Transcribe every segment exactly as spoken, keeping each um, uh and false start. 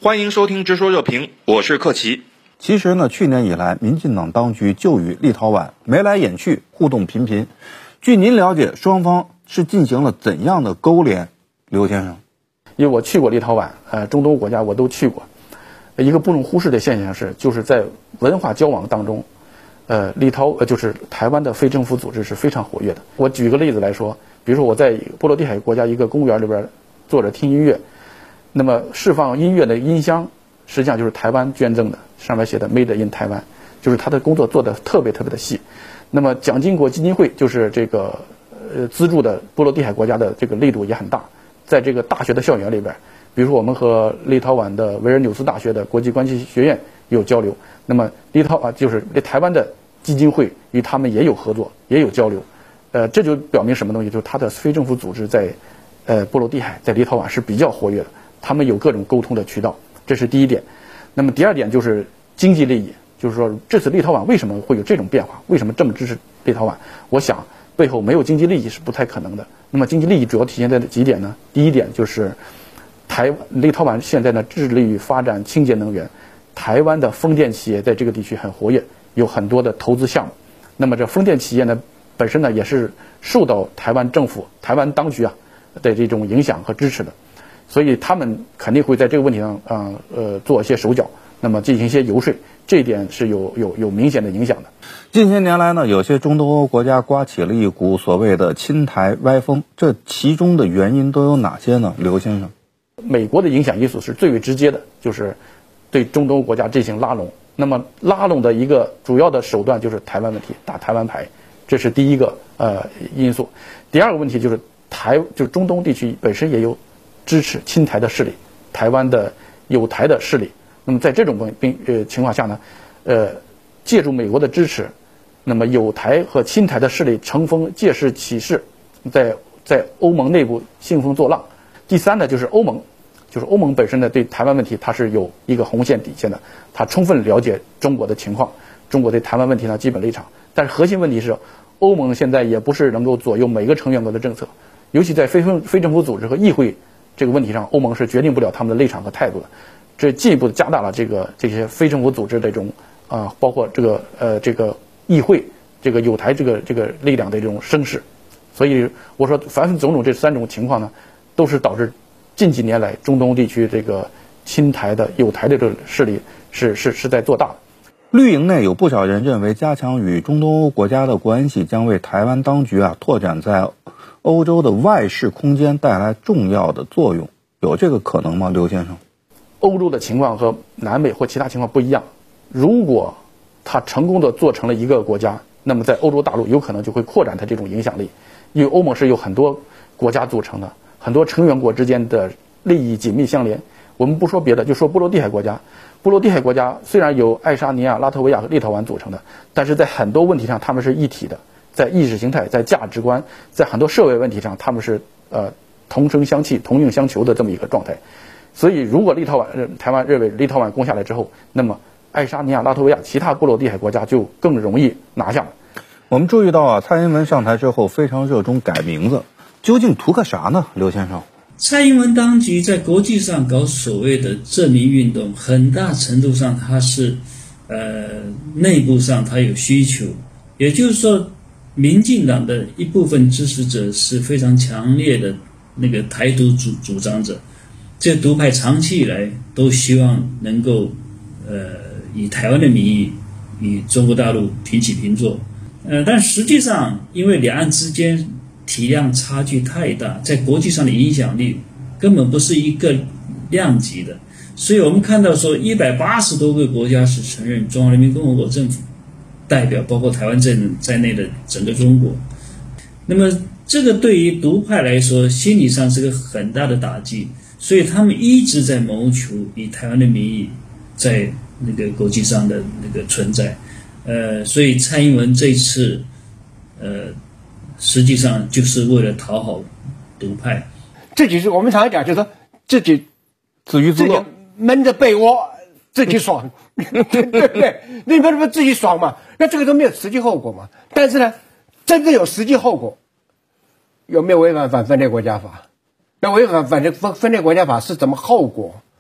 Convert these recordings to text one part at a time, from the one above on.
欢迎收听直说热评，我是克奇。 其实呢，去年以来，民进党当局就与立陶宛眉来眼去，互动频频。据您了解，双方是进行了怎样的勾连？刘先生， 因为我去过立陶宛，呃，中东国家我都去过。一个不容忽视的现象是，就是在文化交往当中，呃，立陶呃就是台湾的非政府组织是非常活跃的。我举个例子来说，比如说我在波罗的海国家一个公园里边坐着听音乐，那么释放音乐的音箱实际上就是台湾捐赠的，上面写的 Made in 台湾，就是他的工作做得特别特别的细。那么蒋经国基金会就是这个呃资助的波罗的海国家的这个力度也很大，在这个大学的校园里边，比如说我们和立陶宛的维尔纽斯大学的国际关系学院有交流，那么立陶宛就是台湾的基金会与他们也有合作，也有交流。呃，这就表明什么东西？就是他的非政府组织在呃波罗的海，在立陶宛是比较活跃的，他们有各种沟通的渠道，这是第一点。那么第二点就是经济利益，就是说这次立陶宛为什么会有这种变化？为什么这么支持立陶宛？我想背后没有经济利益是不太可能的。那么经济利益主要体现在几点呢？第一点就是台立陶宛现在呢致力于发展清洁能源，台湾的风电企业在这个地区很活跃，有很多的投资项目。那么这风电企业呢本身呢也是受到台湾政府、台湾当局啊的这种影响和支持的，所以他们肯定会在这个问题上啊 呃, 呃做一些手脚，那么进行一些游说，这一点是有有有明显的影响的。 近些年来呢，有些中东欧国家刮起了一股所谓的亲台歪风，这其中的原因都有哪些呢？刘先生， 美国的影响因素是最为直接的，就是对中东欧国家进行拉拢。那么拉拢的一个主要的手段就是台湾问题，打台湾牌，这是第一个呃因素。第二个问题就是台就是中东地区本身也有支持亲台的势力，台湾的友台的势力。那么在这种并呃情况下呢，呃，借助美国的支持，那么友台和亲台的势力乘风借势起势，在在欧盟内部兴风作浪。第三呢，就是欧盟，就是欧盟本身呢对台湾问题它是有一个红线底线的，它充分了解中国的情况，中国对台湾问题呢基本立场。但是核心问题是，欧盟现在也不是能够左右每个成员国的政策，尤其在非非政府组织和议会这个问题上，欧盟是决定不了他们的立场和态度的。这进一步加大了这个这些非政府组织的这种啊、呃，包括这个呃这个议会这个友台这个这个力量的这种声势。所以我说，凡种种这三种情况呢，都是导致近几年来中东地区这个亲台的友台的这个势力是是是在做大的。 绿营内有不少人认为，加强与中东欧国家的关系将为台湾当局啊拓展在欧洲的外事空间带来重要的作用，有这个可能吗？刘先生， 欧洲的情况和南美或其他情况不一样，如果它成功的做成了一个国家，那么在欧洲大陆有可能就会扩展它这种影响力，因为欧盟是由很多国家组成的，很多成员国之间的利益紧密相连。我们不说别的，就说波罗的海国家，波罗的海国家虽然由爱沙尼亚、拉脱维亚和立陶宛组成的，但是在很多问题上他们是一体的，在意识形态、在价值观、在很多社会问题上他们是呃同声相气、同命相求的这么一个状态。所以如果立陶宛台湾认为立陶宛攻下来之后，那么爱沙尼亚、拉脱维亚其他波罗的海国家就更容易拿下了。 我们注意到啊，蔡英文上台之后非常热衷改名字，究竟图个啥呢？刘先生， 蔡英文当局在国际上搞所谓的正名运动，很大程度上它是呃内部上它有需求，也就是说民进党的一部分支持者是非常强烈的那个台独主主张者，这独派长期以来都希望能够呃以台湾的名义与中国大陆平起平坐，呃但实际上因为两岸之间体量差距太大，在国际上的影响力根本不是一个量级的，所以我们看到说一百八十多个国家是承认中华人民共和国政府代表，包括台湾在在内的整个中国。那么这个对于独派来说心理上是个很大的打击，所以他们一直在谋求以台湾的名义在那个国际上的那个存在。呃，所以蔡英文这次呃实际上就是为了讨好独派， 自己是我们常常讲，就是说自己自娱自乐， 闷着被窝自己爽，对不对？那你为什么自己爽嘛？那这个都没有实际后果嘛。但是呢，真正有实际后果，有没有违反反分裂国家法？那违反反分分裂国家法是怎么后果？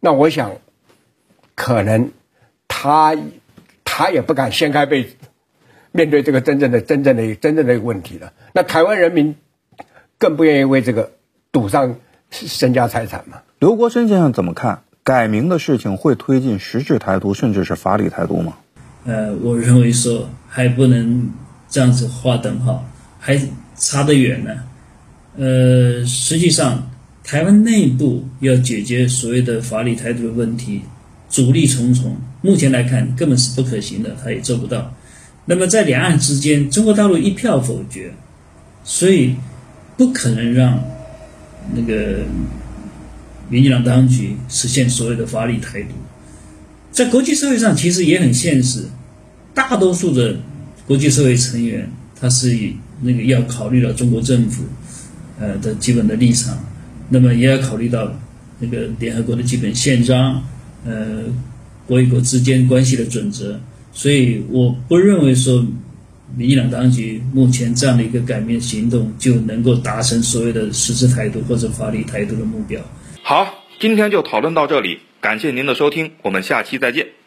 那我想，可能他他也不敢掀开被子，面对这个真正的真正的真正的一个问题了。那台湾人民更不愿意为这个赌上身家财产嘛。 刘国深先生怎么看？改名的事情会推进实质台独，甚至是法理台独吗？ 呃，我认为说还不能这样子划等号，还差得远呢。呃，实际上台湾内部要解决所谓的法理台独的问题，阻力重重，目前来看根本是不可行的，他也做不到。那么在两岸之间，中国大陆一票否决，所以不可能让那个民进党当局实现所谓的法理台独。在国际社会上其实也很现实，大多数的国际社会成员他是以那个要考虑到中国政府呃的基本的立场，那么也要考虑到那个联合国的基本宪章，呃国与国之间关系的准则。所以我不认为说民进党当局目前这样的一个改变行动就能够达成所谓的实质台独或者法理台独的目标。 好，今天就讨论到这里，感谢您的收听，我们下期再见。